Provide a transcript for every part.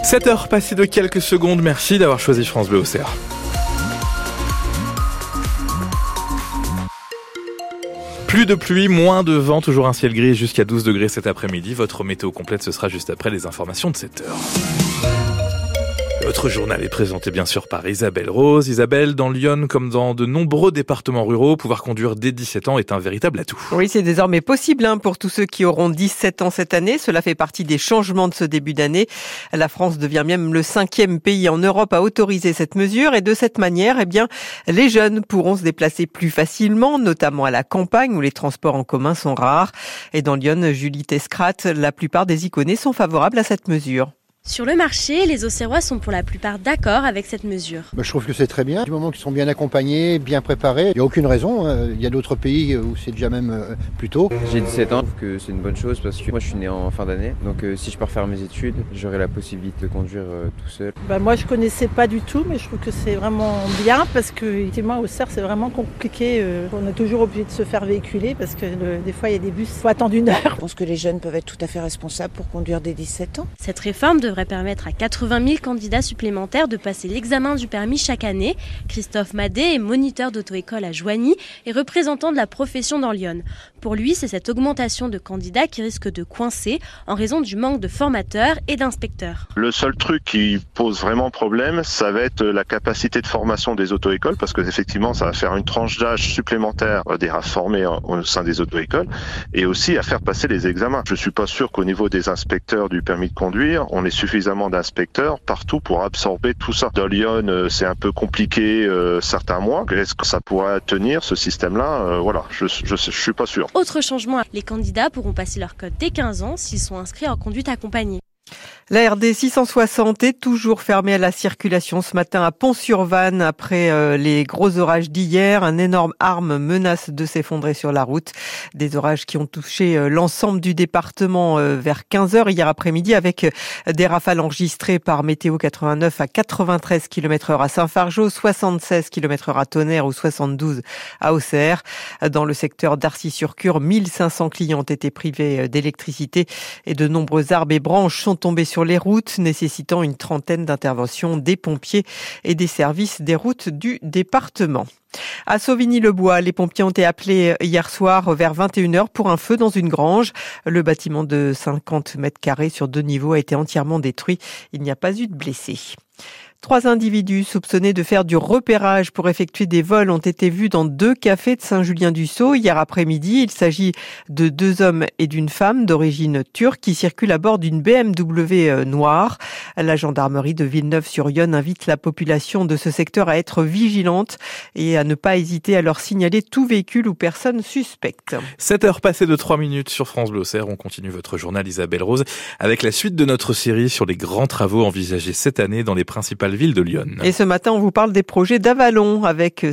7h passées de quelques secondes, merci d'avoir choisi France Bleu Auxerre. Plus de pluie, moins de vent, toujours un ciel gris jusqu'à 12 degrés cet après-midi. Votre météo complète, ce sera juste après les informations de 7h. Votre journal est présenté bien sûr par Isabelle Rose. Isabelle, dans Lyon comme dans de nombreux départements ruraux, pouvoir conduire dès 17 ans est un véritable atout. Oui, c'est désormais possible pour tous ceux qui auront 17 ans cette année. Cela fait partie des changements de ce début d'année. La France devient même le 5e pays en Europe à autoriser cette mesure et de cette manière, les jeunes pourront se déplacer plus facilement, notamment à la campagne où les transports en commun sont rares. Et dans Lyon, Julie Tescrat, la plupart des Iconais sont favorables à cette mesure. Sur le marché, les Auxerrois sont pour la plupart d'accord avec cette mesure. Je trouve que c'est très bien. Du moment qu'ils sont bien accompagnés, bien préparés, il n'y a aucune raison. Il y a d'autres pays où c'est déjà même plus tôt. J'ai 17 ans, je trouve que c'est une bonne chose parce que moi je suis né en fin d'année. Donc si je pars faire mes études, j'aurai la possibilité de conduire tout seul. Moi je connaissais pas du tout, mais je trouve que c'est vraiment bien parce que effectivement au Auxerre c'est vraiment compliqué. On est toujours obligé de se faire véhiculer parce que des fois il y a des bus, il faut attendre 1 heure. Je pense que les jeunes peuvent être tout à fait responsables pour conduire dès 17 ans. Cette réforme devrait permettre à 80 000 candidats supplémentaires de passer l'examen du permis chaque année. Christophe Madet est moniteur d'auto-école à Joigny et représentant de la profession dans Lyon. Pour lui, c'est cette augmentation de candidats qui risque de coincer en raison du manque de formateurs et d'inspecteurs. Le seul truc qui pose vraiment problème, ça va être la capacité de formation des auto-écoles parce que effectivement, ça va faire une tranche d'âge supplémentaire des formés au sein des auto-écoles et aussi à faire passer les examens. Je suis pas sûr qu'au niveau des inspecteurs du permis de conduire, on ait suffisamment d'inspecteurs partout pour absorber tout ça. Dans Lyon, c'est un peu compliqué certains mois. Est-ce que ça pourrait tenir ce système-là je suis pas sûr. Autre changement, les candidats pourront passer leur code dès 15 ans s'ils sont inscrits en conduite accompagnée. La RD 660 est toujours fermée à la circulation ce matin à Pont-sur-Vanne après les gros orages d'hier. Un énorme arbre menace de s'effondrer sur la route. Des orages qui ont touché l'ensemble du département vers 15h hier après-midi avec des rafales enregistrées par Météo 89 à 93 km/h à Saint-Fargeau, 76 km/h à Tonnerre ou 72 à Auxerre. Dans le secteur d'Arcy-sur-Cure, 1500 clients ont été privés d'électricité et de nombreux arbres et branches sont tombés sur les routes, nécessitant une trentaine d'interventions des pompiers et des services des routes du département. À Sauvigny-le-Bois, les pompiers ont été appelés hier soir vers 21h pour un feu dans une grange. Le bâtiment de 50 mètres carrés sur 2 niveaux a été entièrement détruit. Il n'y a pas eu de blessés. 3 individus soupçonnés de faire du repérage pour effectuer des vols ont été vus dans 2 cafés de Saint-Julien-du-Sault hier après-midi. Il s'agit de 2 hommes et d'une femme d'origine turque qui circulent à bord d'une BMW noire. La gendarmerie de Villeneuve-sur-Yonne invite la population de ce secteur à être vigilante et à ne pas hésiter à leur signaler tout véhicule ou personne suspecte. 7h passées de 3 minutes sur France Bleu Auxerre. On continue votre journal Isabelle Rose avec la suite de notre série sur les grands travaux envisagés cette année dans les principales villes de Lyon. Et ce matin, on vous parle des projets d'Avalon avec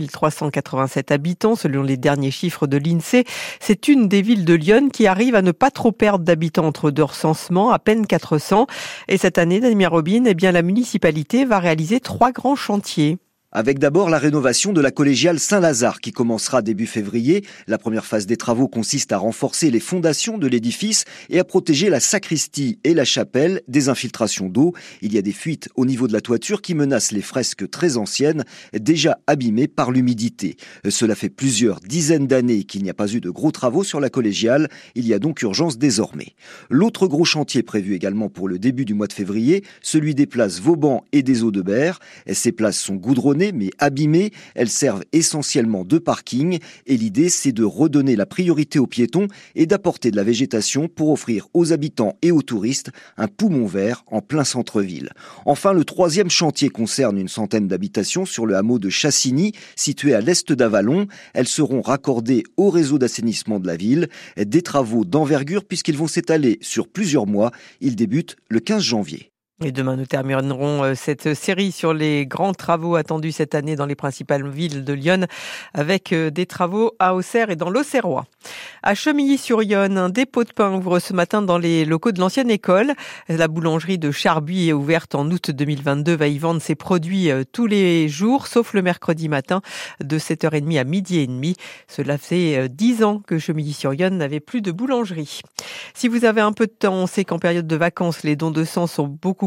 6387 habitants selon les derniers chiffres de l'INSEE. C'est une des villes de Lyon qui arrive à ne pas trop perdre d'habitants entre 2 recensements, à peine 400. Et cette année, Damien Robin, la municipalité va réaliser 3 grands chantiers. Avec d'abord la rénovation de la collégiale Saint-Lazare qui commencera début février. La première phase des travaux consiste à renforcer les fondations de l'édifice et à protéger la sacristie et la chapelle des infiltrations d'eau. Il y a des fuites au niveau de la toiture qui menacent les fresques très anciennes, déjà abîmées par l'humidité. Cela fait plusieurs dizaines d'années qu'il n'y a pas eu de gros travaux sur la collégiale. Il y a donc urgence désormais. L'autre gros chantier prévu également pour le début du mois de février, celui des places Vauban et des Eaux-de-Berre. Ces places sont goudronnées mais abîmées. Elles servent essentiellement de parking et l'idée c'est de redonner la priorité aux piétons et d'apporter de la végétation pour offrir aux habitants et aux touristes un poumon vert en plein centre-ville. Enfin, le 3e chantier concerne une centaine d'habitations sur le hameau de Chassigny, situé à l'est d'Avalon. Elles seront raccordées au réseau d'assainissement de la ville. Des travaux d'envergure puisqu'ils vont s'étaler sur plusieurs mois. Ils débutent le 15 janvier. Et demain, nous terminerons cette série sur les grands travaux attendus cette année dans les principales villes de Lyon avec des travaux à Auxerre et dans l'Auxerrois. À Chemilly-sur-Yonne, un dépôt de pain ouvre ce matin dans les locaux de l'ancienne école. La boulangerie de Charbuy est ouverte en août 2022, va y vendre ses produits tous les jours, sauf le mercredi matin de 7h30 à 12h30. Cela fait 10 ans que Chemilly-sur-Yonne n'avait plus de boulangerie. Si vous avez un peu de temps, on sait qu'en période de vacances, les dons de sang sont beaucoup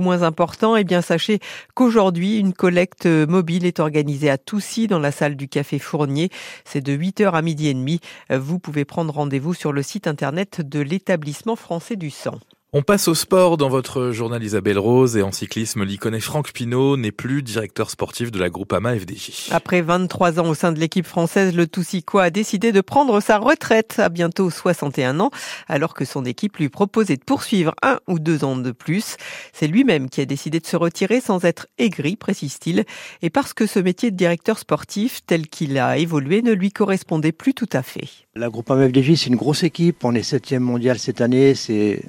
moins important, eh bien sachez qu'aujourd'hui, une collecte mobile est organisée à Toucy dans la salle du Café Fournier. C'est de 8h à 12h30. Vous pouvez prendre rendez-vous sur le site internet de l'établissement français du sang. On passe au sport dans votre journal Isabelle Rose et en cyclisme, l'Iconais Franck Pinault n'est plus directeur sportif de la Groupama FDJ. Après 23 ans au sein de l'équipe française, le Toussicois a décidé de prendre sa retraite à bientôt 61 ans, alors que son équipe lui proposait de poursuivre 1 ou 2 ans de plus. C'est lui-même qui a décidé de se retirer sans être aigri, précise-t-il, et parce que ce métier de directeur sportif, tel qu'il a évolué, ne lui correspondait plus tout à fait. La Groupama FDJ, c'est une grosse équipe. On est 7e mondial cette année. C'est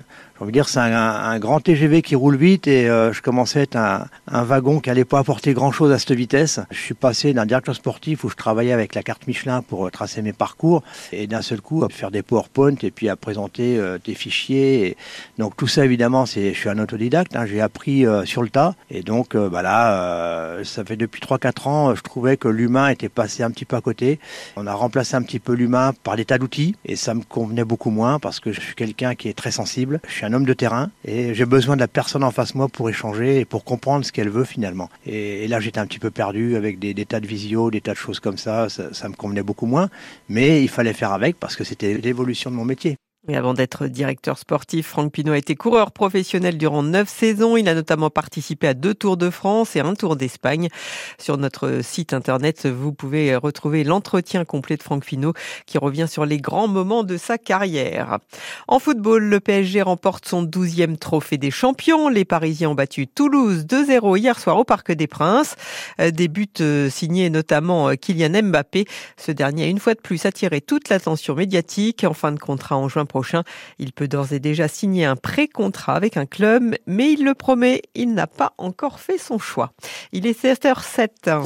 un grand TGV qui roule vite et je commençais à être un wagon qui allait pas apporter grand-chose à cette vitesse. Je suis passé d'un directeur sportif où je travaillais avec la carte Michelin pour tracer mes parcours et d'un seul coup à faire des PowerPoint et puis à présenter des fichiers. Et donc tout ça, évidemment, je suis un autodidacte. J'ai appris sur le tas. Et donc ça fait depuis 3-4 ans, je trouvais que l'humain était passé un petit peu à côté. On a remplacé un petit peu l'humain par des tas d'outils et ça me convenait beaucoup moins parce que je suis quelqu'un qui est très sensible. Je suis un homme de terrain et j'ai besoin de la personne en face de moi pour échanger et pour comprendre ce qu'elle veut finalement. Et là, j'étais un petit peu perdu avec des tas de visio, des tas de choses comme ça me convenait beaucoup moins. Mais il fallait faire avec parce que c'était l'évolution de mon métier. Et avant d'être directeur sportif, Franck Pinault a été coureur professionnel durant 9 saisons. Il a notamment participé à 2 Tours de France et 1 Tour d'Espagne. Sur notre site internet, vous pouvez retrouver l'entretien complet de Franck Pinault qui revient sur les grands moments de sa carrière. En football, le PSG remporte son 12e trophée des champions. Les Parisiens ont battu Toulouse 2-0 hier soir au Parc des Princes. Des buts signés notamment Kylian Mbappé. Ce dernier a une fois de plus attiré toute l'attention médiatique. En fin de contrat en juin prochain, il peut d'ores et déjà signer un pré-contrat avec un club, mais il le promet, il n'a pas encore fait son choix. Il est 7h07.